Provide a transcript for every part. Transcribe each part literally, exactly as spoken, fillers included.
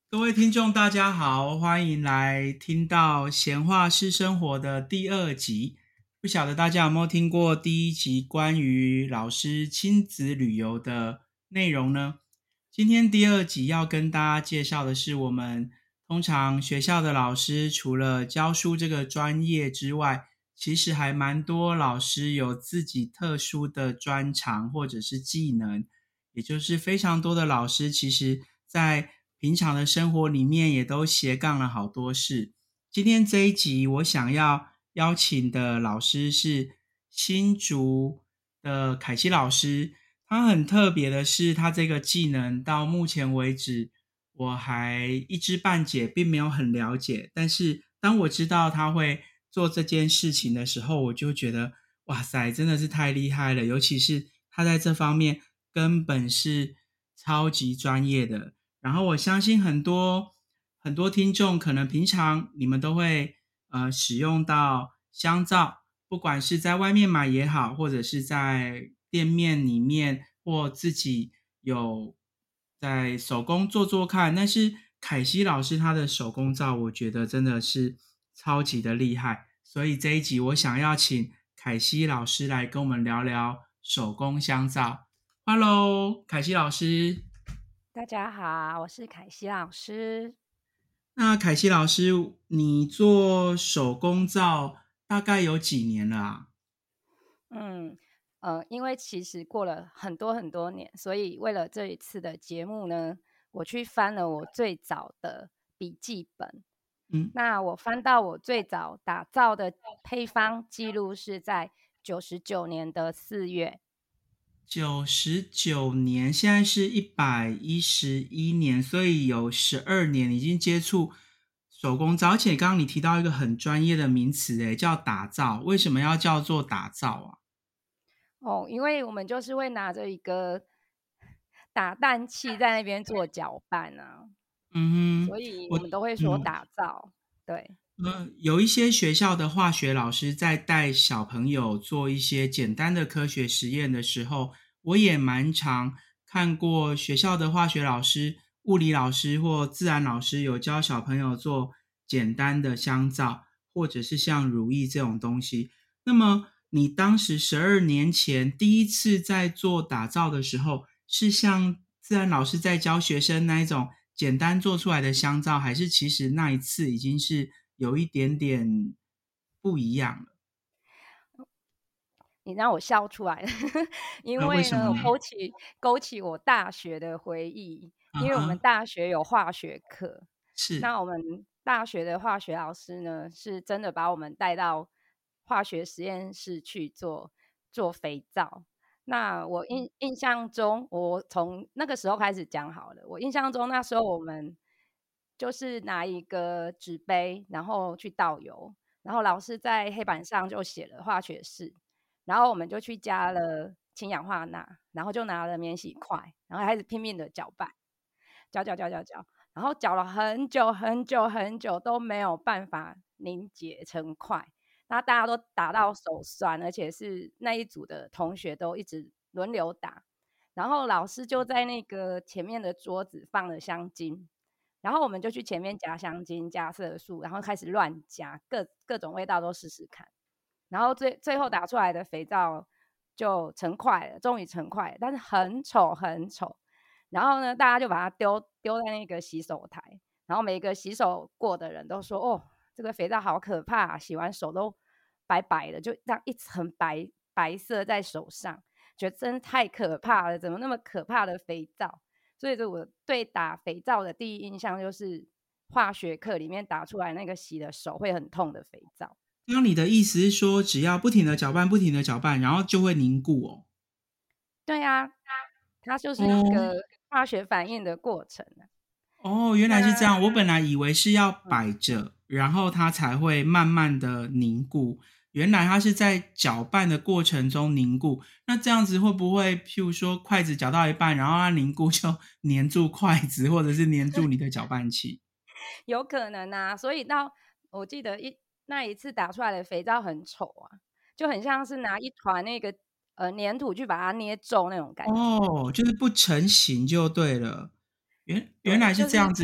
各位听众大家好，欢迎来听到闲话是生活的第二集。不晓得大家有没有听过第一集关于老师亲子旅游的内容呢？今天第二集要跟大家介绍的是，我们通常学校的老师除了教书这个专业之外，其实还蛮多老师有自己特殊的专长或者是技能，也就是非常多的老师其实在平常的生活里面也都斜杠了好多事。今天这一集我想要邀请的老师是新竹的凯西老师，他很特别的是，他这个技能到目前为止我还一知半解，并没有很了解，但是当我知道他会做这件事情的时候，我就觉得哇塞，真的是太厉害了，尤其是他在这方面根本是超级专业的。然后我相信很多很多听众可能平常你们都会呃使用到香皂，不管是在外面买也好，或者是在店面里面或自己有在手工做做看。但是凯西老师他的手工皂我觉得真的是超级的厉害，所以这一集我想要请凯西老师来跟我们聊聊手工香皂。Hello， 凯西老师。 大家好，我是凯西老师。 那凯西老师，你做手工皂大概有几年了啊？ 嗯，呃，因为其实过了很多很多年，所以为了这一次的节目呢，我去翻了我最早的笔记本。 嗯， 那我翻到我最早打造的配方记录是在九十九年的四月。 九十九年，现在是一百一十一年，所以有十二年已经接触手工皂。而且刚刚你提到一个很专业的名词，诶，叫打皂。为什么要叫做打皂啊？ 哦，因为我们就是会拿着一个打蛋器在那边做搅拌啊， 嗯哼， 所以我我们都会说嗯。 打造。对。 呃，有一些学校的化学老师在带小朋友做一些简单的科学实验的时候，我也蛮常看过学校的化学老师、物理老师或自然老师有教小朋友做简单的香皂，或者是像乳液这种东西。那么你当时十二年前第一次在做打造的时候，是像自然老师在教学生那一种简单做出来的香皂，还是其实那一次已经是有一点点不一样了？ 你让我笑出来了，因啊，为为呢， 什么呢？ 我勾起勾起我大学的回忆。因为我们啊哈， 大学有化学课， 是， 那我们大学的化学老师呢，是真的把我们带到化学实验室去做做肥皂。那我印印象中，我从那个时候开始讲好了。我印象中那时候我们就是拿一个纸杯，然后去倒油，然后老师在黑板上就写了化学式，然后我们就去加了氢氧化钠，然后就拿了免洗筷，然后开始拼命的搅拌，搅搅搅搅搅，然后搅了很久很久很久都没有办法凝结成块。那大家都打到手酸，而且是那一组的同学都一直轮流打，然后老师就在那个前面的桌子放了香精，然后我们就去前面加香精、加色素，然后开始乱加，各各种味道都试试看。然后最最后打出来的肥皂就成块了，终于成块了，但是很丑很丑。然后呢，大家就把它丢丢在那个洗手台，然后每个洗手过的人都说：“哦，这个肥皂好可怕啊，洗完手都白白的，就这样一层白白色在手上，觉得真的太可怕了，怎么那么可怕的肥皂？”所以，我对打肥皂的第一印象就是化学课里面打出来那个洗的手会很痛的肥皂。 刚刚你的意思是说，只要不停的搅拌，不停的搅拌，然后就会凝固哦？ 对啊，它就是一哦， 个化学反应的过程啊。 哦，原来是这那样。我本来以为是要嗯， 摆着，然后它才会慢慢的凝固。原来它是在搅拌的过程中凝固。那这样子会不会，譬如说筷子搅到一半，然后它凝固就粘住筷子，或者是粘住你的搅拌器？ 有可能啊。所以到我记得一那一次打出来的肥皂很丑啊，就很像是拿一团那个呃粘土去把它捏皱那种感觉。 哦，就是不成形就对了。原原对， 来是就是这样子，所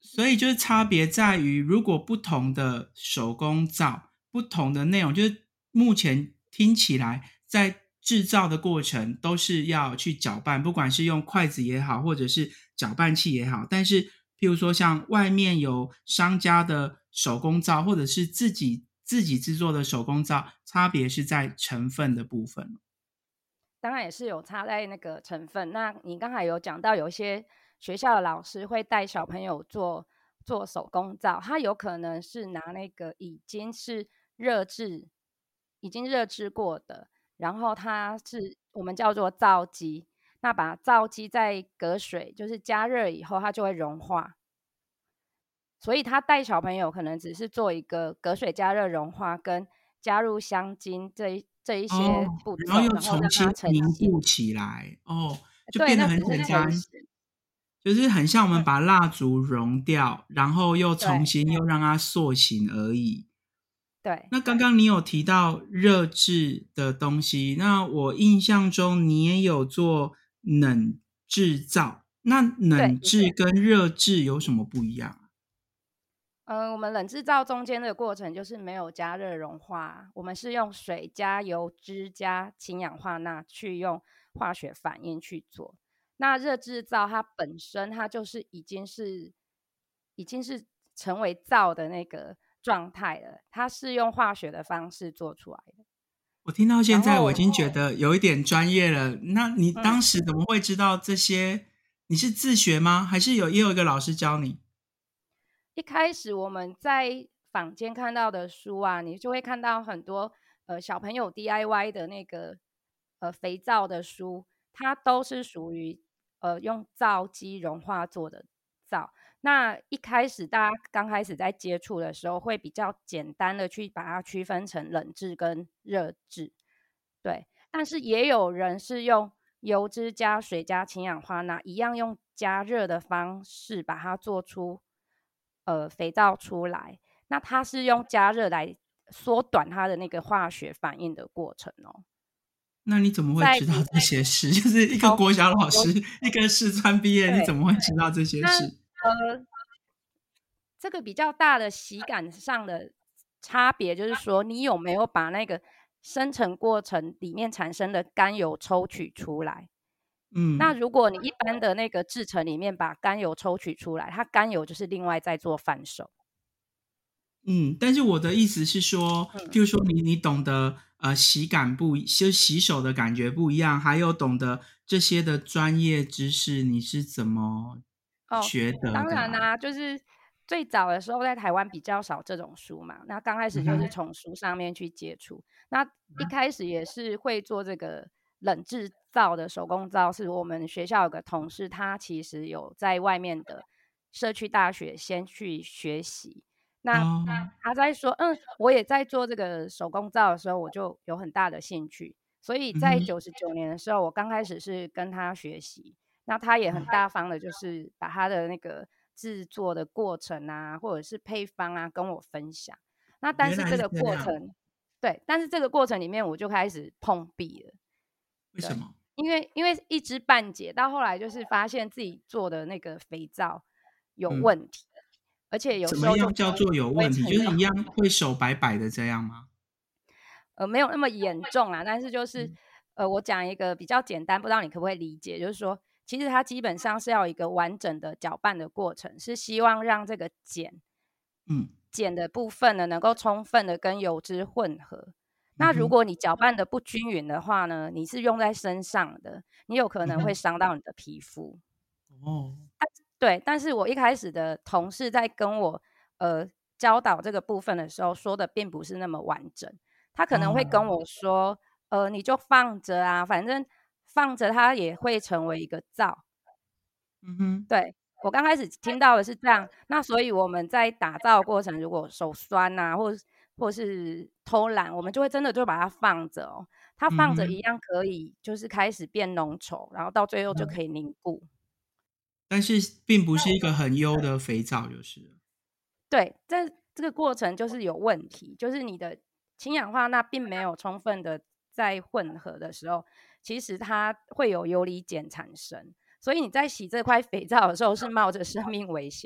所以就是差别在于，如果不同的手工皂，不同的内容，就是目前听起来在制造的过程都是要去搅拌，不管是用筷子也好，或者是搅拌器也好。但是譬如说像外面有商家的手工皂，或者是自己自己制作的手工皂，差别是在成分的部分。 当然也是有差在那个成分。那你刚才有讲到有一些学校的老师会带小朋友做做手工皂，他有可能是拿那个已经是热制已经热制过的，然后它是我们叫做皂基，那把皂基在隔水就是加热以后它就会融化，所以他带小朋友可能只是做一个隔水加热融化跟加入香精这一这一哦， 些步然后骤，然后又重让它成新凝型。 固起来，哦，就对， 变得很那只是简单。 成型。 就是很像我们嗯， 把蜡烛融掉，然后又重对新又让它塑形而已。 对那刚刚你有提到热制的东西，那我印象中你也有做冷制造，那对， 冷制跟热制有什么不一样啊？ 呃，我们冷制造中间的过程就是没有加热融化，我们是用水加油脂加氢氧化钠去用化学反应去做。那热制造它本身它就是已经是已经是成为皂的那个状态了，它是用化学的方式做出来的。 我听到现然后， 在我已经觉得有一点专业了。那你嗯， 当时怎么会知道这些？你是自学吗？还是有也有一个老师教你？ 一开始我们在坊间看到的书啊，你就会看到很多呃小朋友 D I Y 的那个呃肥皂的书，它都是属于呃用皂基融化做的皂。那一开始大家刚开始在接触的时候，会比较简单的去把它区分成冷制跟热制，对。但是也有人是用油脂加水加氢氧化钠，一样用加热的方式把它做出呃肥皂出来。那它是用加热来缩短它的那个化学反应的过程哦。 那你怎么会在比知道这些事？就是一个哦国小老有师，一个师专毕业，你对， 怎么会知道这些那事？ 呃这个比较大的喜感上的差别就是说，你有没有把那个生成过程里面产生的甘油抽取出来？那嗯如果你一般的那个制成里面把甘油抽取出来，它甘油就是另外再做贩售。 嗯，但是我的意思是说， 嗯， 譬如说你你懂得呃洗感不一，就洗手的感觉不一样，还有懂得这些的专业知识，你是怎么哦， 学得的啊？ 当然啦、就是最早的时候在台湾比较少这种书嘛，那刚开始就是嗯哼， 从书上面去接触。那一开始也是会做这个冷制造的手工皂，是我们学校有个同事，他其实有在外面的社区大学先去学习。那哦， 他在说，嗯，我也在做这个手工皂的时候，我就有很大的兴趣。所以嗯哼， 在九十九年的时候，我刚开始是跟他学习。那他也很大方的，就是把他的那个制作的过程啊，或者是配方啊，跟我分享。那但原来是这个是这样， 过程对，但是这个过程里面我就开始碰壁了。对， 为什么？ 因为因为一知半解，到后来就是发现自己做的那个肥皂有嗯， 问题，而且有怎时候就么样叫做有不会问题？ 成功。 就是一样会手白白的这样吗？ 呃，没有那么严重啊，但是就是， 嗯呃，我讲一个比较简单，不知道你可不可以理解，就是说，其实它基本上是要有一个完整的搅拌的过程，是希望让这个碱嗯碱的部分呢，能够充分的跟油脂混合。那如嗯哼， 果你搅拌的不均匀的话呢，你是用在身上的，你有可能会嗯哼， 伤到你的皮肤。 哦， 对，但是我一开始的同事在跟我呃教导这个部分的时候，说的并不是那么完整。他可能会跟哦， 我说，呃，你就放着啊，反正放着它也会成为一个皂。 嗯哼， 对，我刚开始听到的是这样，那所以我们在打造的过程，如果手酸呐、或是或是偷懒，我们就会真的就把它放着哦。它嗯放着一哼， 样可以，就是开始变浓稠，然后到最后就可以凝固。 但是并不是一个很优的肥皂就是了。 对，这这个过程就是有问题，就是你的氢氧化钠并没有充分的在混合的时候，其实它会有游离碱产生，所以你在洗这块肥皂的时候是冒着生命危险的。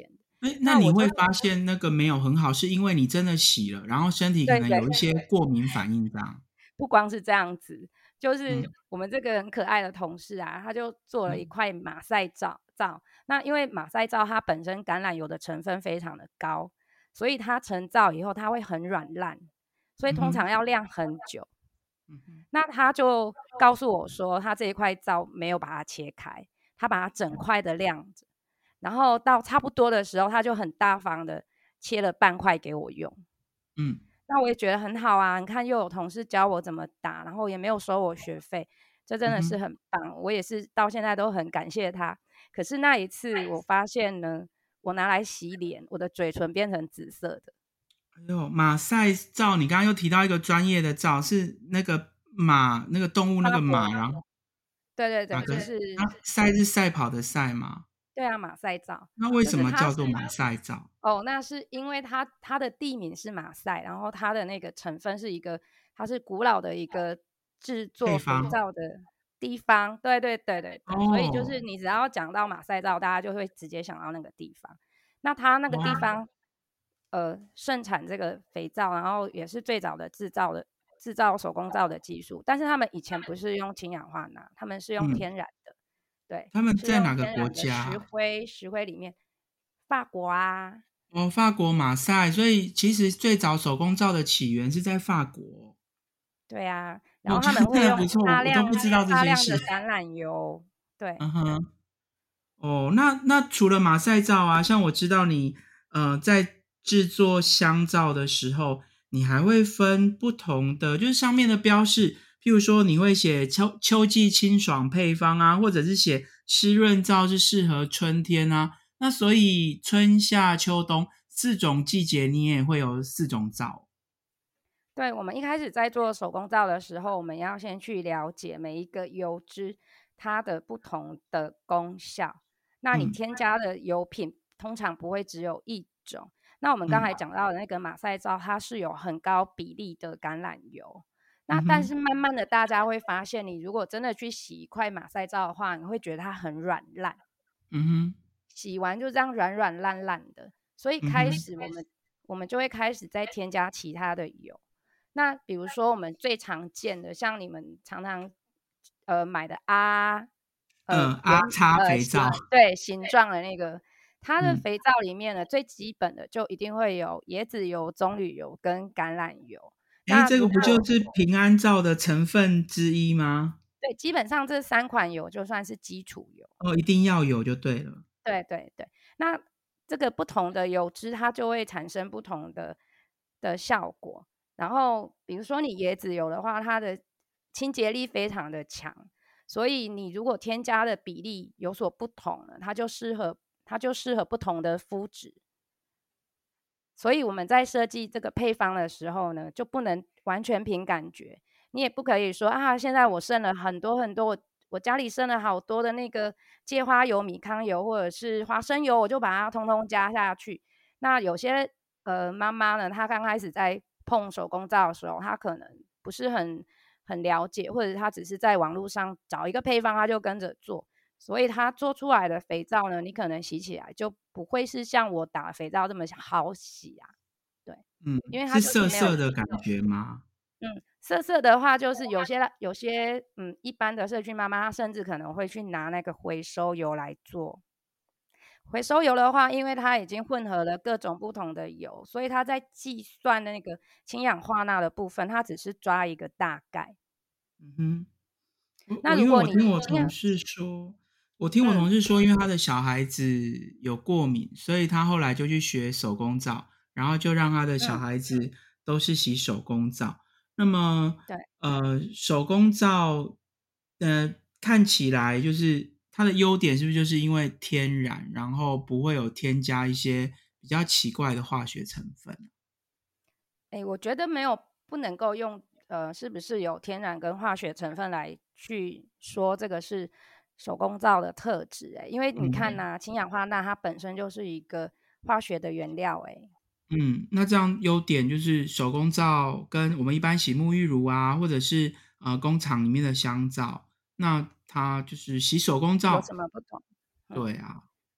哎，那那我就你会发现那个没有很好，是因为你真的洗了，然后身体可对对， 能有一些过敏反应这样？ 不光是这样子，就是嗯我们这个很可爱的同事啊，他就做了一嗯块马赛皂皂。那因为马赛皂它本身橄榄油的成分非常的高，所以它成皂以后它会很软烂，所以通嗯哼常要晾很久。 嗯哼那他就告诉我说，他这一块皂没有把它切开，他把它整块的晾着，然后到差不多的时候，他就很大方的切了半块给我用。 嗯那我也觉得很好啊，你看又有同事教我怎么打，然后也没有收我学费，这真的是嗯哼。 很棒。我也是到现在都很感谢他。可是那一次我发现呢，我拿来洗脸，我的嘴唇变成紫色的。 哎呦，马赛皂，你刚刚又提到一个专业的皂，是那个马，那个动物那发国， 个马，然后对对对， 哪个？ 就是啊，赛是赛跑的赛吗？ 对啊，马赛皂， 那为什么就是它是叫做马赛皂？ 哦，那是因为它它的地名是马赛，然后它的那个成分是一个，它是古老的一个制作肥配方？ 皂的地方。对对对对对，所以就是哦你只要讲到马赛皂，大家就会直接想到那个地方。那它那个地哦， 方，呃，盛产这个肥皂，然后也是最早的制造的制造手工皂的技术。但是他们以前不是用氢氧化钠，他们是用嗯， 天然的，对， 他们是用在哪个国天然的家啊？ 石灰，石灰里面，法国啊。 哦，法国马赛，所以其实最早手工皂的起源是在法国。 对啊，然我觉得后他们会用真的不错，我我都大量不知道这大些事。 量的橄榄油，对。 嗯哼。哦，那那除了马赛皂啊，像我知道你呃在制作香皂的时候，你还会分不同的，就是上面的标示，譬如说你会写秋秋季清爽配方啊，或者是写湿润皂是适合春天啊。那所以春夏秋冬四种季节你也会有四种皂。 对，我们一开始在做手工皂的时候，我们要先去了解每一个油脂它的不同的功效。那你嗯添加的油品通常不会只有一种。那我们刚才嗯讲到的那个马赛皂，它是有很高比例的橄榄油。那但是嗯哼慢慢的，大家会发现，你如果真的去洗一块马赛皂的话，你会觉得它很软烂。 嗯哼洗完就这样软软烂烂的，所以开嗯哼始我们我们就会开始再添加其他的油。那比如说我们最常见的，像你们常常呃买的啊，呃嗯，阿圆叉呃形肥皂。 对形状的那个，它的嗯。 肥皂里面呢，最基本的就一定会有椰子油、棕榈油跟橄榄油。 诶， 那如果这个不就是平安皂的成分之一吗？ 对，基本上这三款油就算是基础油。 哦，一定要有就对了。 对对对，那这个不同的油脂，它就会产生不同的的效果。然后，比如说你椰子油的话，它的清洁力非常的强，所以你如果添加的比例有所不同了，它就适合它就适合不同的肤质。所以我们在设计这个配方的时候呢，就不能完全凭感觉，你也不可以说啊，现在我剩了很多很多，我我家里剩了好多的那个芥花油、米糠油或者是花生油，我就把它通通加下去。那有些呃妈妈呢，她刚开始在碰手工皂的时候，她可能不是很很了解，或者她只是在网络上找一个配方，她就跟着做。所以它做出来的肥皂呢，你可能洗起来就不会是像我打肥皂这么好洗啊。对， 嗯， 因为它是涩就是没有涩的感觉吗？ 嗯，色色的话就是有些有些嗯一般的社区妈妈，她甚至可能会去拿那个回收油来做。回收油的话，因为它已经混合了各种不同的油，所以它在计算那个氢氧化钠的部分，它只是抓一个大概。 嗯哼。我我因为我那如果你听我今天同事说，我听我同嗯事说，因为他的小孩子有过敏，所以他后来就去学手工皂，然后就让他的小嗯， 孩子都是洗手工皂。那么， 对。 呃，手工皂，呃，看起来就是它的优点是不是就是因为天然，然后不会有添加一些比较奇怪的化学成分？ 哎，我觉得没有不能够用呃，是不是有天然跟化学成分来去说这个是手工皂的特质？哎，因为你看嗯。 呐、氢氧化钠它本身就是一个化学的原料，哎， 嗯，那这样优点就是手工皂跟我们一般洗沐浴乳啊，或者是呃工厂里面的香皂，那它就是洗手工皂。 有什么不同？嗯。 对啊。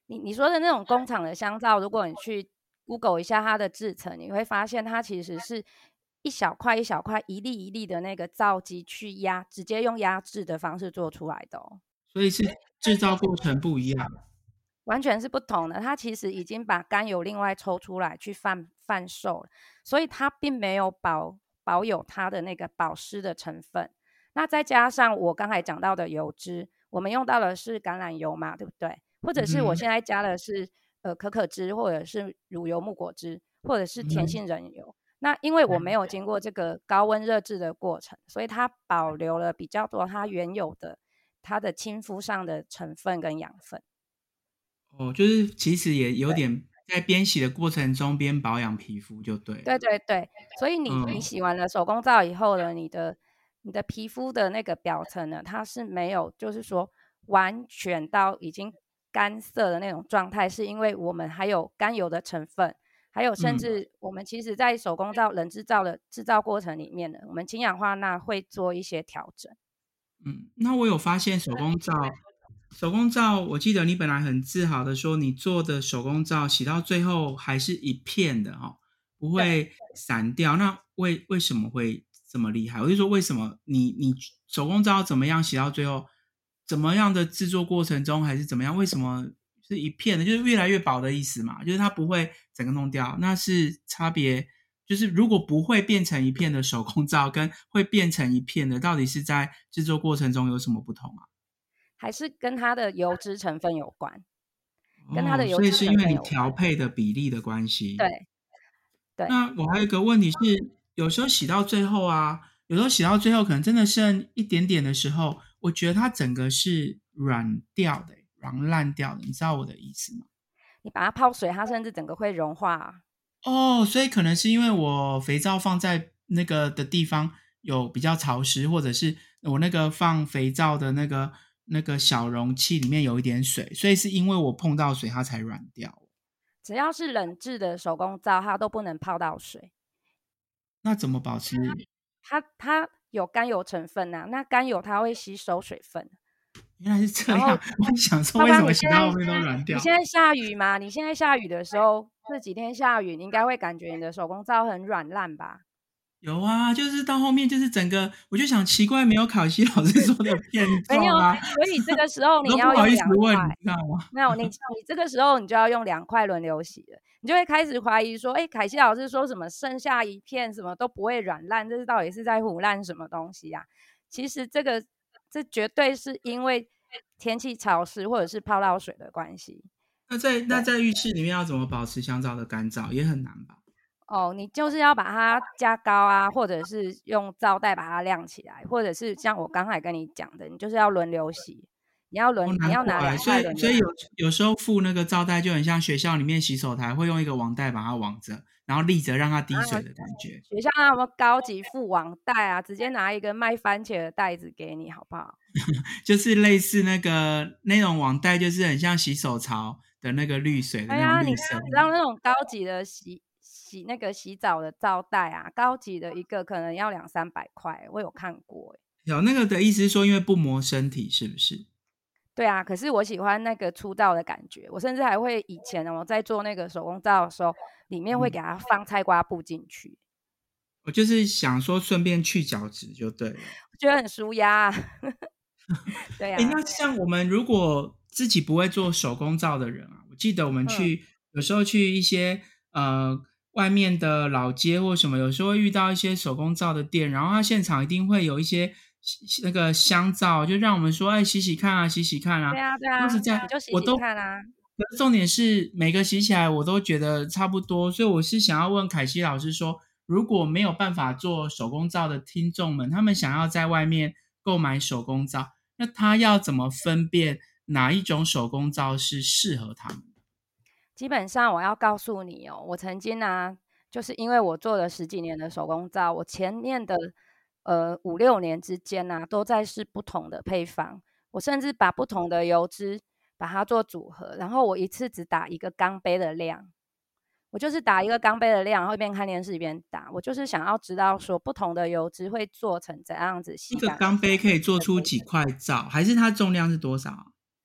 你你说的那种工厂的香皂，如果你去 Google 一下它的制成，你会发现它其实是一小块一小块、一粒一粒的那个皂基去压，直接用压制的方式做出来的哦。 所以是制造过程不一样。 完全是不同的，它其实已经把甘油另外抽出来去贩贩售了，所以它并没有保保有它的那个保湿的成分。那再加上我刚才讲到的油脂，我们用到的是橄榄油嘛，对不对？或者是我现在加的是呃可可脂，或者是乳油木果汁，或者是甜杏仁油。那因为我没有经过这个高温热制的过程，所以它保留了比较多它原有的它的亲肤上的成分跟养分。 哦，就是其实也有点在边洗的过程中边保养皮肤就对了。 对对对，所以你、嗯、你洗完了手工皂以后呢，你的你的皮肤的那个表层呢，它是没有就是说完全到已经干涩的那种状态，是因为我们还有甘油的成分，还有甚至我们其实在手工皂冷制皂的制造过程里面呢，我们氢氧化钠会做一些调整。 嗯，那我有发现手工皂手工皂，我记得你本来很自豪的说，你做的手工皂洗到最后还是一片的哦，不会散掉。那为为什么会这么厉害？我就说为什么你你手工皂怎么样洗到最后，怎么样的制作过程中还是怎么样？为什么是一片的？就是越来越薄的意思嘛，就是它不会整个弄掉。那是差别，就是如果不会变成一片的手工皂，跟会变成一片的，到底是在制作过程中有什么不同啊？ 还是跟它的油脂成分有关，跟它哦， 的油所以是因为你脂成分有调配的比例的关系。 对对。 那我还有一个问题是，有时候洗到最后啊，有时候洗到最后可能真的剩一点点的时候，我觉得它整个是软掉的，软烂掉的，你知道我的意思吗？ 你把它泡水，它甚至整个会融化啊。 哦，所以可能是因为我肥皂放在那个的地方有比较潮湿，或者是我那个放肥皂的那个那个小容器里面有一点水，所以是因为我碰到水它才软掉。 只要是冷制的手工皂，它都不能泡到水。 那怎么保持？ 它它有甘油成分啊，那甘油它会吸收水分。 原来是这样，我想说为什么洗到后面都软掉？ 你现在下雨吗？你现在下雨的时候，这几天下雨，你应该会感觉你的手工皂很软烂吧？ 有啊，就是到后面就是整个，我就想奇怪，没有考西老师说的片状啊， 没有，所以这个时候你要用两块， 你知道吗？ 没有，你你这个时候你就要用两块轮流洗了，你就会开始怀疑说，哎，凯西老师说什么剩下一片什么都不会软烂，这是到底是在唬烂什么东西啊？其实这个这绝对是因为天气潮湿或者是泡到水的关系。 那在那在浴室里面要怎么保持香皂的干燥，也很难吧？ 哦，你就是要把它加高啊，或者是用皂带把它晾起来，或者是像我刚才跟你讲的，你就是要轮流洗，你要轮， 哦、 你要拿两块轮流洗。 所以所以有有时候附那个皂带就很像学校里面洗手台会用一个网袋把它网着，然后立着让它滴水的感觉。 啊、学校那有没有高级附网袋啊？直接拿一个卖番茄的袋子给你，好不好？ 就是类似那个那种网袋，就是很像洗手槽的那个滤水的那种绿色。 哎呀，你知道那种高级的洗洗那个洗澡的皂袋啊，高级的一个可能要两三百块，我有看过。 有那个的意思是说，因为不磨身体，是不是？ 对啊，可是我喜欢那个粗糙的感觉，我甚至还会以前我在做那个手工皂的时候，里面会给它放菜瓜布进去。 我就是想说，顺便去角质就对了。 我觉得很舒压、啊。对啊。 欸，那像我们如果自己不会做手工皂的人啊，我记得我们去、嗯、有时候去一些呃外面的老街或什么，有时候会遇到一些手工皂的店，然后它现场一定会有一些那个香皂，就让我们说，哎，洗洗看啊，洗洗看啊。 对啊，对啊， 当时在你就洗洗看啊。 重点是每个洗起来我都觉得差不多，所以我是想要问凯西老师说，如果没有办法做手工皂的听众们，他们想要在外面购买手工皂，那他要怎么分辨哪一种手工皂是适合他们的？ 基本上我要告诉你哦，我曾经啊，就是因为我做了十几年的手工皂，我前面的呃五六年之间啊，都在试不同的配方，我甚至把不同的油脂把它做组合，然后我一次只打一个钢杯的量，我就是打一个钢杯的量，然后一边看电视一边打，我就是想要知道说不同的油脂会做成怎样子。 一个钢杯可以做出几块皂，还是它重量是多少？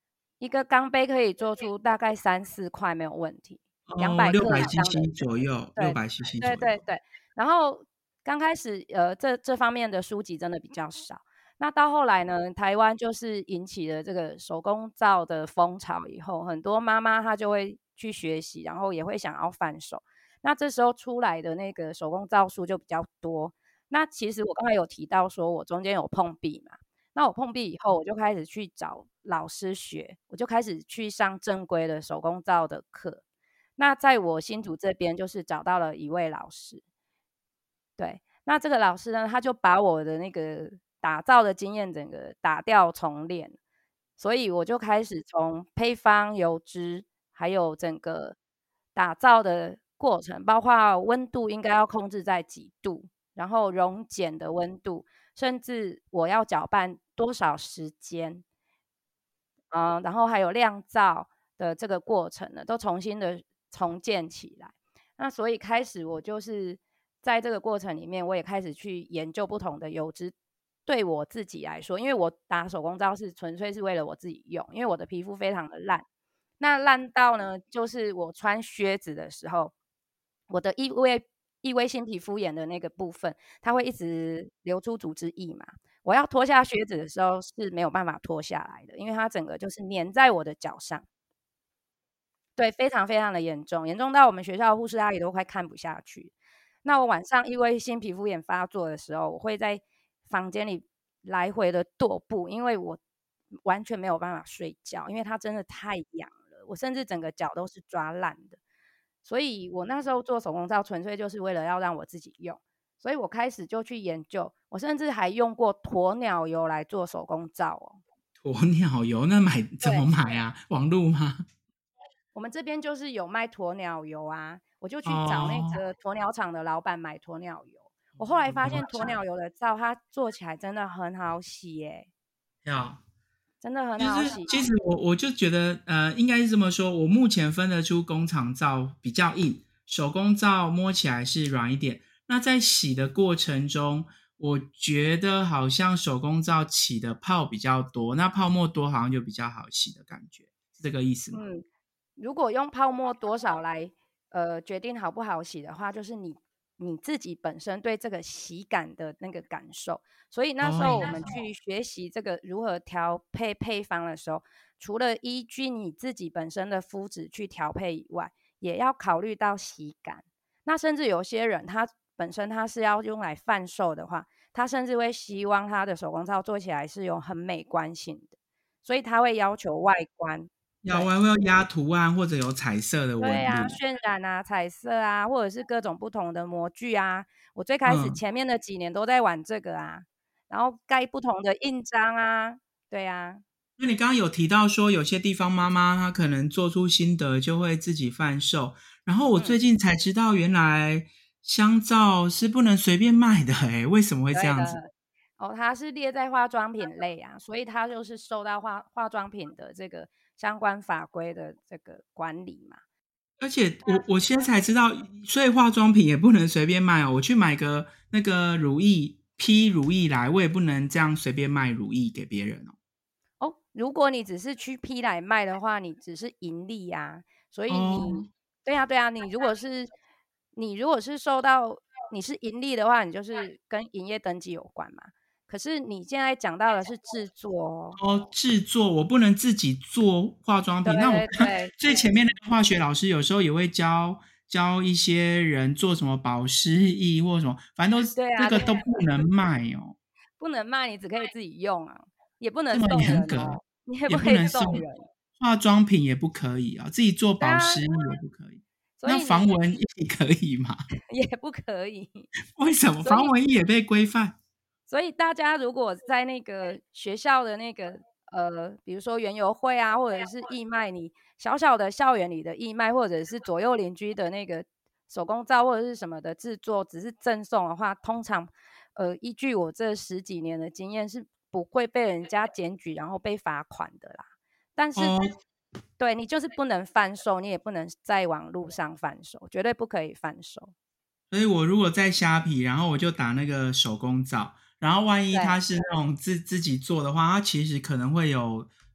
一个钢杯可以做出大概三四块没有问题，两哦， 百克以六百上的 C C 左右六对百 C C 左右。 对对对。然后刚开始呃这这方面的书籍真的比较少，那到后来呢，台湾就是引起了这个手工皂的风潮以后，很多妈妈她就会去学习，然后也会想要贩售。那这时候出来的那个手工皂书就比较多。那其实我刚才有提到说我中间有碰壁嘛，那我碰壁以后，我就开始去找老师学，我就开始去上正规的手工皂的课。那在我新竹这边就是找到了一位老师，对，那这个老师呢，他就把我的那个打造的经验整个打掉重练，所以我就开始从配方、油脂，还有整个打造的过程，包括温度应该要控制在几度，然后溶解的温度，甚至我要搅拌多少时间，嗯，然后还有酿造的这个过程呢，都重新的重建起来。那所以开始我就是在这个过程里面，我也开始去研究不同的油脂。对我自己来说，因为我打手工皂是纯粹是为了我自己用，因为我的皮肤非常的烂。那烂到呢，就是我穿靴子的时候，我的异位异位性皮肤炎的那个部分，它会一直流出组织液嘛。我要脱下靴子的时候是没有办法脱下来的，因为它整个就是粘在我的脚上。对，非常非常的严重，严重到我们学校的护士阿姨都快看不下去。那我晚上因为新皮肤炎发作的时候，我会在房间里来回的踱步，因为我完全没有办法睡觉，因为它真的太痒了，我甚至整个脚都是抓烂的。所以我那时候做手工皂纯粹就是为了要让我自己用，所以我开始就去研究，我甚至还用过鸵鸟油来做手工皂哦。 鸵鸟油那买怎么买啊？网路吗？ 我们这边就是有卖鸵鸟油啊，我就去找那哦， 个鸵鸟场的老板买鸵鸟油。我后来发现鸵鸟油的皂它做起来真的很好洗耶， 要真的很就是好洗。 其实我我就觉得呃应该是这么说，我目前分得出工厂皂比较硬，手工皂摸起来是软一点。那在洗的过程中，我觉得好像手工皂起的泡比较多，那泡沫多好像就比较好洗的感觉，是这个意思吗？ 嗯，如果用泡沫多少来呃决定好不好洗的话，就是你你自己本身对这个洗感的那个感受。所以那时候我们哦， 去学习这个如何调配配方的时候，除了依据你自己本身的肤质去调配以外，也要考虑到洗感。那甚至有些人他本身他是要用来贩售的话，他甚至会希望他的手工皂做起来是有很美观性的，所以他会要求外观。对。 要还会要压图案或者有彩色的对啊， 纹路， 渲染啊、彩色啊，或者是各种不同的模具啊。我最开始嗯。 前面的几年都在玩这个啊，然后盖不同的印章啊，对啊。 因为你刚刚有提到说，有些地方妈妈她可能做出心得就会自己贩售，然后我嗯， 最近才知道，原来香皂是不能随便卖的诶，为什么会这对样子？ 的。哦，它是列在化妆品类啊，所以它就是受到化化妆品的这个相关法规的这个管理嘛。 而且我我现在才知道，所以化妆品也不能随便卖哦。我去买个那个乳液批乳液来，我也不能这样随便卖乳液给别人哦。 哦，如果你只是去批来卖的话，你只是盈利呀、所以你， 哦， 对呀、对呀、你如果是你如果是受到你是盈利的话，你就是跟营业登记有关嘛。可是你现在讲到的是制作哦， 哦，制作我不能自己做化妆品。那我对刚对最前面那个化学老师有时候也会教教一些人做什么保湿液或什么，反正都是对啊，对， 这个都不能卖哦， 不能卖，你只可以自己用啊，也不能这么送严格， 人哦，你也也不可以不能送送人。 化妆品也不可以啊，自己做对啊， 保湿液也不可以。那所以你防蚊液可以吗？ 也不可以， 为什么所以防蚊液也被规范？ 所以大家如果在那个学校的那个呃，比如说园游会啊，或者是义卖，你小小的校园里的义卖，或者是左右邻居的那个手工皂或者是什么的制作，只是赠送的话，通常呃，依据我这十几年的经验，是不会被人家检举，然后被罚款的啦。但是， 哦， 对你就是不能贩售，你也不能在网络上贩售，绝对不可以贩售。 所以我如果在虾皮，然后我就打那个手工皂，然后万一它对。 是那种自自己做的话，它其实可能会有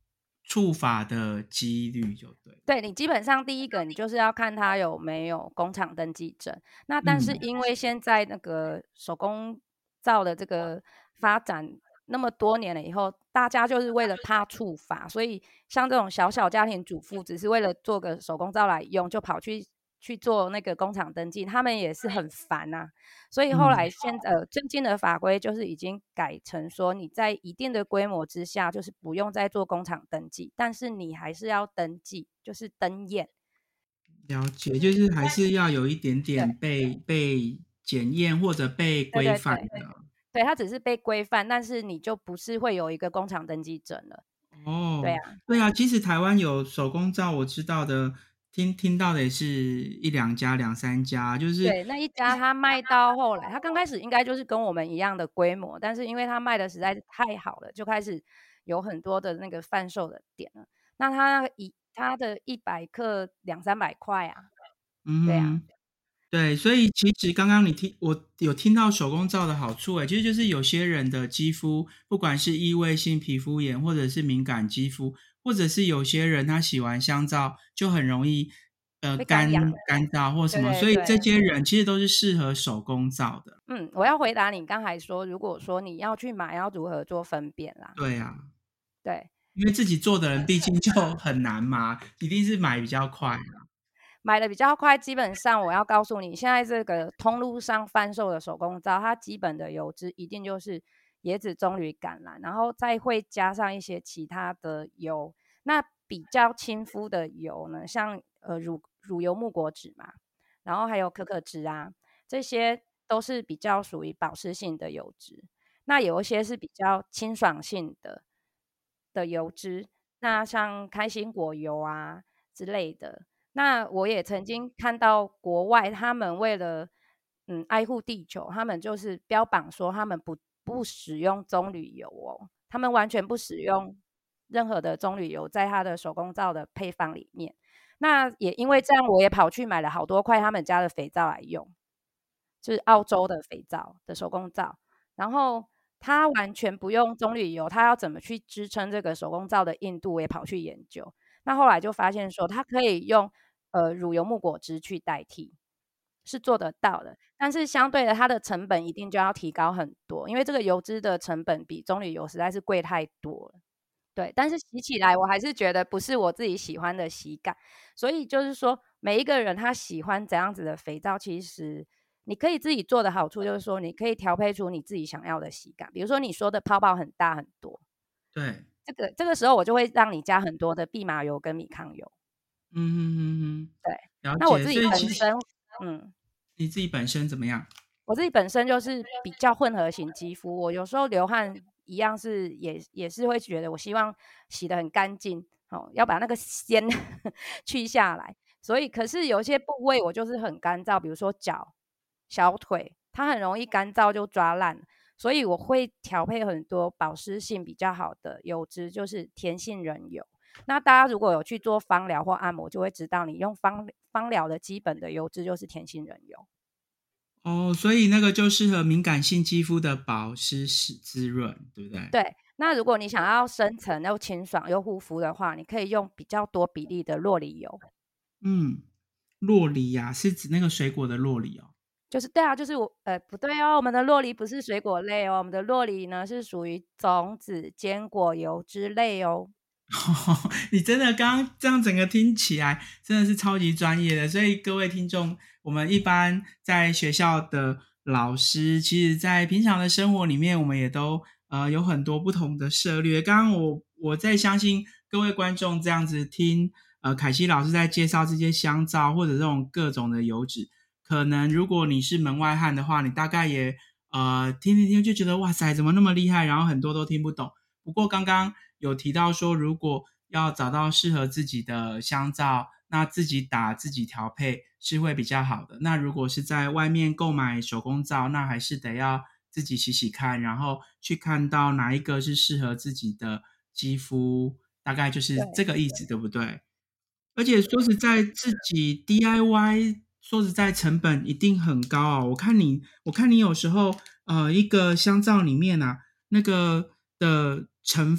触法的几率就对。 对，你基本上第一个你就是要看它有没有工厂登记证。那但是嗯， 因为现在那个手工皂的这个发展那么多年了以后，大家就是为了怕触法，所以像这种小小家庭主妇，只是为了做个手工皂来用，就跑去去做那个工厂登记，他们也是很烦啊。所以后嗯， 来现呃最近的法规就是已经改成说，你在一定的规模之下，就是不用再做工厂登记，但是你还是要登记，就是登验。 了解，就是还是要有一点对点被被检验或者被对规范对对的。 对，它只是被规范，但是你就不是会有一个工厂登记证了。对哦， 啊， 对啊，其实台湾有手工皂，我知道的，听听到的也是一两家、两三家，就是对，那一家他卖到后来，他刚开始应该就是跟我们一样的规模，但是因为他卖的实在是太好了，就开始有很多的那个贩售的点了。那他一他的一百克两三百块啊，对啊， 嗯哼。对，所以其实刚刚你听我有听到手工皂的好处诶，其实就是有些人的肌肤，不管是异位性皮肤炎，或者是敏感肌肤，或者是有些人他洗完香皂就很容易呃会干干痒。 干燥或什对么，所以这对对， 些人其实都是适合手工皂的。 嗯，我要回答你刚才说，如果说你要去买，要如何做分辨啦？ 对啊， 对。 因为自己做的人毕竟就很难嘛，一定是买比较快啊。 买的比较快，基本上我要告诉你，现在这个通路上贩售的手工皂，它基本的油脂一定就是椰子棕榈橄榄，然后再会加上一些其他的油。那比较亲肤的油呢，像呃乳乳油木果脂嘛，然后还有可可脂啊，这些都是比较属于保湿性的油脂。那有一些是比较清爽性的的油脂，那像开心果油啊之类的。那我也曾经看到国外，他们为了嗯爱护地球，他们就是标榜说他们不不使用棕榈油哦，他们完全不使用任何的棕榈油在他的手工皂的配方里面。那也因为这样，我也跑去买了好多块他们家的肥皂来用，就是澳洲的肥皂的手工皂，然后它完全不用棕榈油，它要怎么去支撑这个手工皂的硬度，我也跑去研究。那后来就发现说，它可以用呃乳油木果汁去代替，是做得到的。但是相对的，它的成本一定就要提高很多，因为这个油脂的成本比棕榈油实在是贵太多了。对，但是洗起来我还是觉得不是我自己喜欢的洗感，所以就是说每一个人他喜欢怎样子的肥皂，其实你可以自己做的好处就是说，你可以调配出你自己想要的洗感。比如说你说的泡泡很大很多， 对， 这个这个时候我就会让你加很多的蓖麻油跟米糠油。 嗯哼哼哼， 对， 了解。 那我自己所以其实本身，嗯， 你自己本身怎么样？ 我自己本身就是比较混合型肌肤，我有时候流汗一样是也也是会觉得，我希望洗得很干净，哦，要把那个鲜去下来。所以，可是有些部位我就是很干燥，比如说脚、小腿，它很容易干燥就抓烂，所以我会调配很多保湿性比较好的油脂，就是甜杏仁油。那大家如果有去做芳疗或按摩，就会知道你用芳芳疗的基本的油脂就是甜杏仁油。 哦，所以那个就适合敏感性肌肤的保湿是滋润，对不对？ 对，那如果你想要深层又清爽又护肤的话，你可以用比较多比例的洛梨油。 嗯，洛梨呀、是指那个水果的洛梨哦。 就是对啊，就是我呃不对哦，我们的洛梨不是水果类哦，我们的洛梨呢是属于种子、坚果油之类哦。 你真的刚刚这样整个听起来真的是超级专业的，所以各位听众，我们一般在学校的老师，其实在平常的生活里面，我们也都呃有很多不同的涉略。刚刚我我在相信各位观众这样子听呃凯西老师在介绍这些香皂或者这种各种的油脂，可能如果你是门外汉的话，你大概也呃听听听就觉得哇塞怎么那么厉害，然后很多都听不懂。不过刚刚有提到说，如果要找到适合自己的香皂，那自己打自己调配是会比较好的。那如果是在外面购买手工皂，那还是得要自己洗洗看，然后去看到哪一个是适合自己的肌肤，大概就是这对， 个意思，对不对？而且说实在，自己 D I Y 说实在成本一定很高啊！我看你，我看你有时候呃，一个香皂里面啊，那个的成分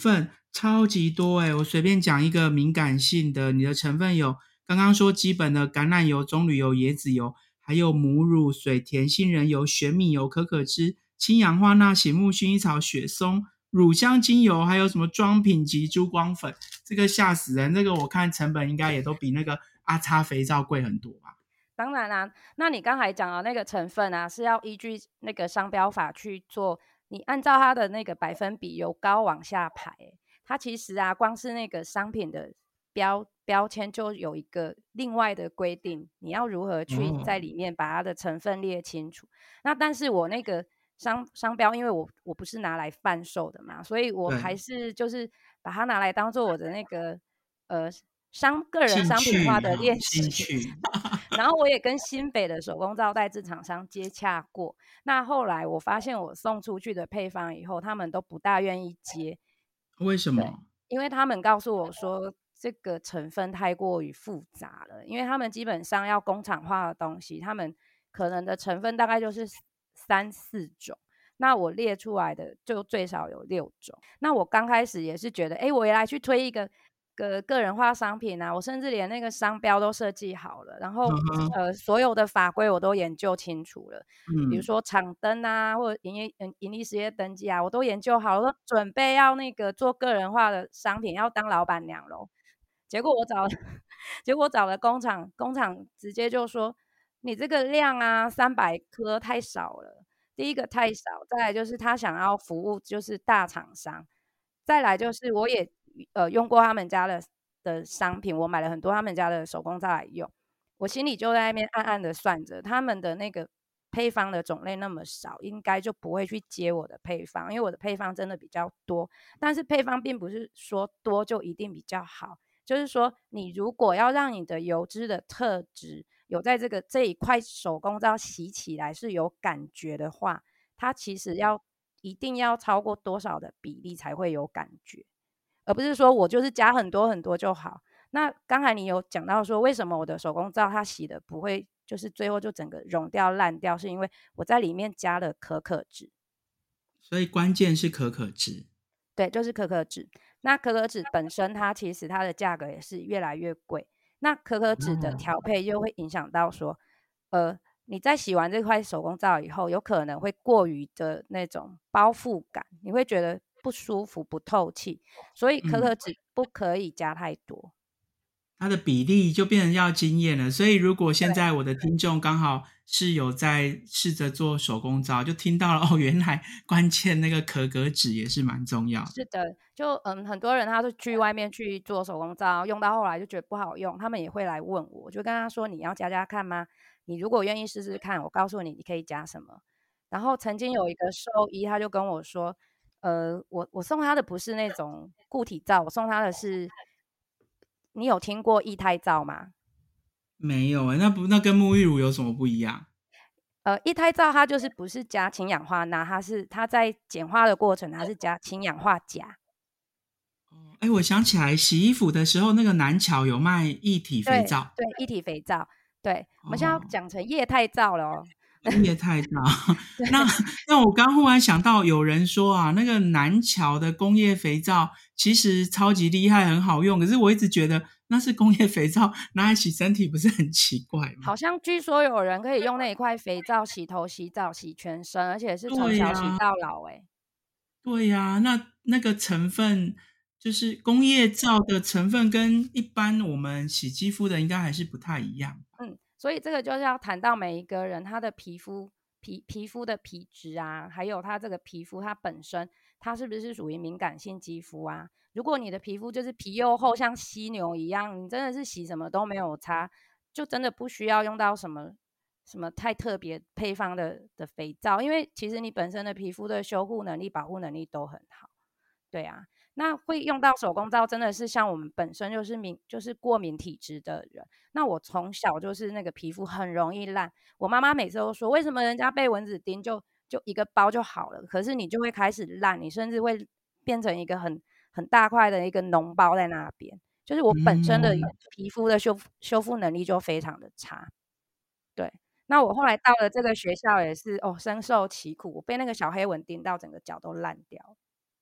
超级多诶，我随便讲一个敏感性的，你的成分有刚刚说基本的橄榄油、棕榈油、椰子油，还有母乳、水田、杏仁油、玄米油、可可脂、氢氧化钠、醒目薰衣草、雪松、乳香精油，还有什么妆品级珠光粉，这个吓死人！这个我看成本应该也都比那个阿擦肥皂贵很多吧？ 当然啦、啊，那你刚才讲的那个成分啊，是要依据那个商标法去做，你按照它的那个百分比由高往下排、欸，它其实啊，光是那个商品的标标签就有一个另外的规定，你要如何去在里面把它的成分列清楚。哦、那但是我那个商商标，因为我我不是拿来贩售的嘛，所以我还是就是把它拿来当做我的那个呃商个人商品化的练习。然后我也跟新北的手工皂代制厂商接洽过，那后来我发现我送出去的配方以后，他们都不大愿意接。 为什么？ 因为他们告诉我说这个成分太过于复杂了，因为他们基本上要工厂化的东西，他们可能的成分大概就是三四种，那我列出来的就最少有六种。那我刚开始也是觉得，哎，我也来去推一个个个人化商品啊，我甚至连那个商标都设计好了，然后、嗯、呃所有的法规我都研究清楚了，嗯、比如说厂登啊，或者营业营利事业登记啊，我都研究好了，准备要那个做个人化的商品，要当老板娘咯。结果我找了，结果找了工厂，工厂直接就说你这个量啊，三百颗太少了。第一个太少，再来就是他想要服务就是大厂商，再来就是我也呃用过他们家的的商品，我买了很多他们家的手工皂来用，我心里就在那边暗暗的算着，他们的那个配方的种类那么少，应该就不会去接我的配方，因为我的配方真的比较多，但是配方并不是说多就一定比较好，就是说你如果要让你的油脂的特质有在这个这一块手工皂洗起来是有感觉的话，它其实要一定要超过多少的比例才会有感觉，而不是说我就是加很多很多就好。那刚才你有讲到说为什么我的手工皂它洗的不会就是最后就整个溶掉烂掉，是因为我在里面加了可可脂。 所以关键是可可脂。 对，就是可可脂。那可可脂本身它其实它的价格也是越来越贵，那可可脂的调配又会影响到说、哦、呃，你在洗完这块手工皂以后有可能会过于的那种包覆感，你会觉得不舒服不透气，所以可可脂不可以加太多、嗯， 它的比例就变成要经验了，所以如果现在我的听众刚好是有在试着做手工皂，就听到了哦，原来关键那个可可脂也是蛮重要的。 是的，就嗯，很多人他是去外面去做手工皂，用到后来就觉得不好用，他们也会来问我，我就跟他说你要加加看吗？你如果愿意试试看，我告诉你你可以加什么。然后曾经有一个兽医他就跟我说，呃，我我送他的不是那种固体皂，我送他的是，你有听过液态皂吗？ 没有、欸、那不那跟沐浴乳有什么不一样？ 呃，液态皂它就是不是加氢氧化钠，它是它在简化的过程它是加氢氧化钾。 哎、欸，我想起来洗衣服的时候那个南桥有卖液体肥皂。 对，对，液体肥皂。对，我们现在要讲成液态皂了哦。 液态皂。那那我刚忽然想到，有人说啊，那个南桥的工业肥皂其实超级厉害，很好用。可是我一直觉得那是工业肥皂，拿来洗身体不是很奇怪吗？ 好像据说有人可以用那一块肥皂洗头、洗澡、洗全身，而且是从小洗到老、欸。哎， 对呀、啊，那那个成分就是工业皂的成分，跟一般我们洗肌肤的应该还是不太一样。 嗯。所以这个就是要谈到每一个人他的皮肤皮皮肤的皮质啊，还有他这个皮肤它本身它是不是属于敏感性肌肤啊？如果你的皮肤就是皮又厚像犀牛一样，你真的是洗什么都没有差，就真的不需要用到什么什么太特别配方的的肥皂，因为其实你本身的皮肤的修护能力保护能力都很好。对啊，那会用到手工皂真的是像我们本身就是敏就是过敏体质的人，那我从小就是那个皮肤很容易烂，我妈妈每次都说为什么人家被蚊子叮就就一个包就好了，可是你就会开始烂，你甚至会变成一个很很大块的一个脓包在那边，就是我本身的皮肤的修复修复能力就非常的差。对，那我后来到了这个学校也是哦，深受其苦，我被那个小黑蚊叮到整个脚都烂掉。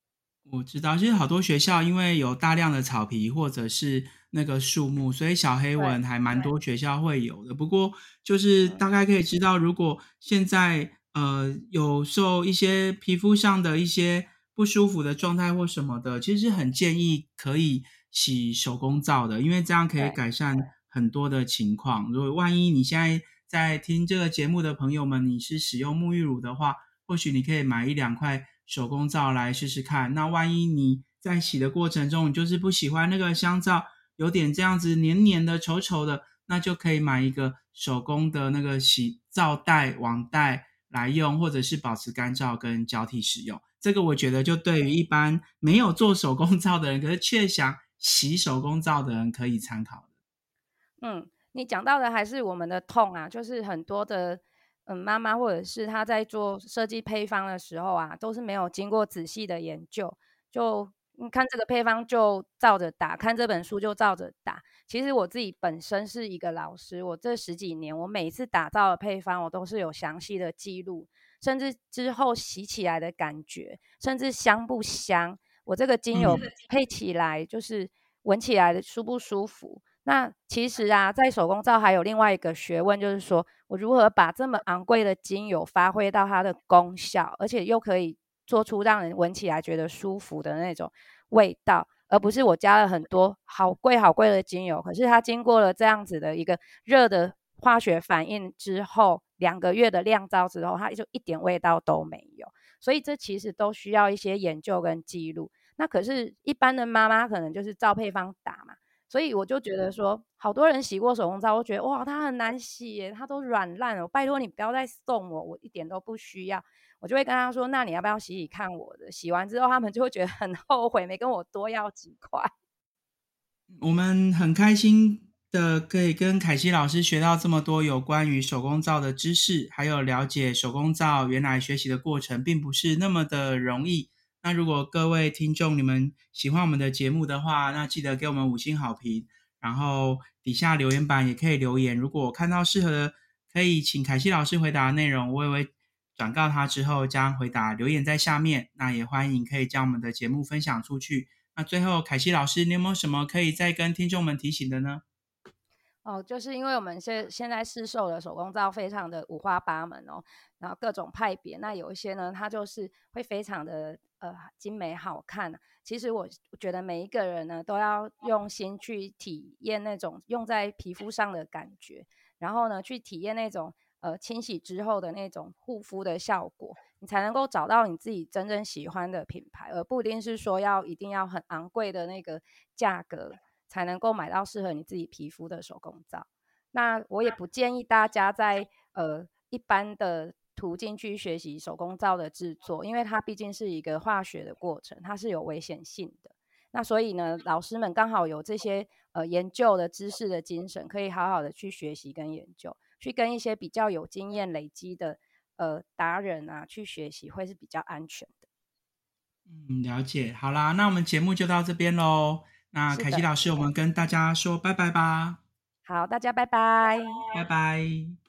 我知道，其实好多学校因为有大量的草皮或者是那个树木，所以小黑对， 蚊还蛮多学校会有的。不过就是嗯， 大概可以知道，如果现在呃有受一些皮肤上的一些不舒服的状态或什么的，其实很建议可以洗手工皂的，因为这样可以对， 改善很多的情况。如果万一你现在在听这个节目的朋友们，你是使用沐浴乳的话，或许你可以买一两块手工皂来试试看。那万一你在洗的过程中，你就是不喜欢那个香皂有点这样子黏黏的、稠稠的，那就可以买一个手工的那个洗皂袋、网袋来用，或者是保持干燥跟交替使用。这个我觉得就对于一般没有做手工皂的人，可是却想洗手工皂的人可以参考的。 嗯，你讲到的还是我们的痛啊，就是很多的嗯妈妈或者是她在做设计配方的时候啊，都是没有经过仔细的研究，就嗯看这个配方就照着打，看这本书就照着打。其实我自己本身是一个老师，我这十几年我每一次打造的配方，我都是有详细的记录，甚至之后洗起来的感觉，甚至香不香，我这个精油嗯， 配起来就是闻起来的舒不舒服。那其实啊，在手工皂还有另外一个学问，就是说我如何把这么昂贵的精油发挥到它的功效，而且又可以做出让人闻起来觉得舒服的那种味道，而不是我加了很多好贵好贵的精油，可是它经过了这样子的一个热的化学反应之后，两个月的酿造之后，它就一点味道都没有。所以这其实都需要一些研究跟记录。那可是，一般的妈妈可能就是照配方打嘛。所以我就觉得说，好多人洗过手工皂，我觉得哇，它很难洗耶，它都软烂了，拜托你不要再送我，我一点都不需要。我就会跟他说，那你要不要洗洗看我的？洗完之后，他们就会觉得很后悔，没跟我多要几块。 我们很开心的可以跟凯西老师学到这么多有关于手工皂的知识，还有了解手工皂原来学习的过程并不是那么的容易。那如果各位听众你们喜欢我们的节目的话，那记得给我们五星好评，然后底下留言板也可以留言。如果看到适合的，可以请凯西老师回答的内容，我也会转告他之后将回答留言在下面。那也欢迎可以将我们的节目分享出去。那最后，凯西老师，你有没有什么可以再跟听众们提醒的呢？ 哦，就是因为我们现现在市售的手工皂非常的五花八门哦，然后各种派别，那有一些呢，它就是会非常的呃精美好看啊。其实我觉得每一个人呢，都要用心去体验那种用在皮肤上的感觉，然后呢，去体验那种呃清洗之后的那种护肤的效果，你才能够找到你自己真正喜欢的品牌，而不一定是说要一定要很昂贵的那个价格。才能够买到适合你自己皮肤的手工皂。那我也不建议大家在呃一般的途径去学习手工皂的制作，因为它毕竟是一个化学的过程，它是有危险性的。那所以呢，老师们刚好有这些呃研究的知识的精神，可以好好的去学习跟研究，去跟一些比较有经验累积的呃达人啊去学习，会是比较安全的。 嗯，了解。好啦，那我们节目就到这边喽。那是的， 凯西老师，我们跟大家说拜拜吧， 好，大家拜拜。 拜拜。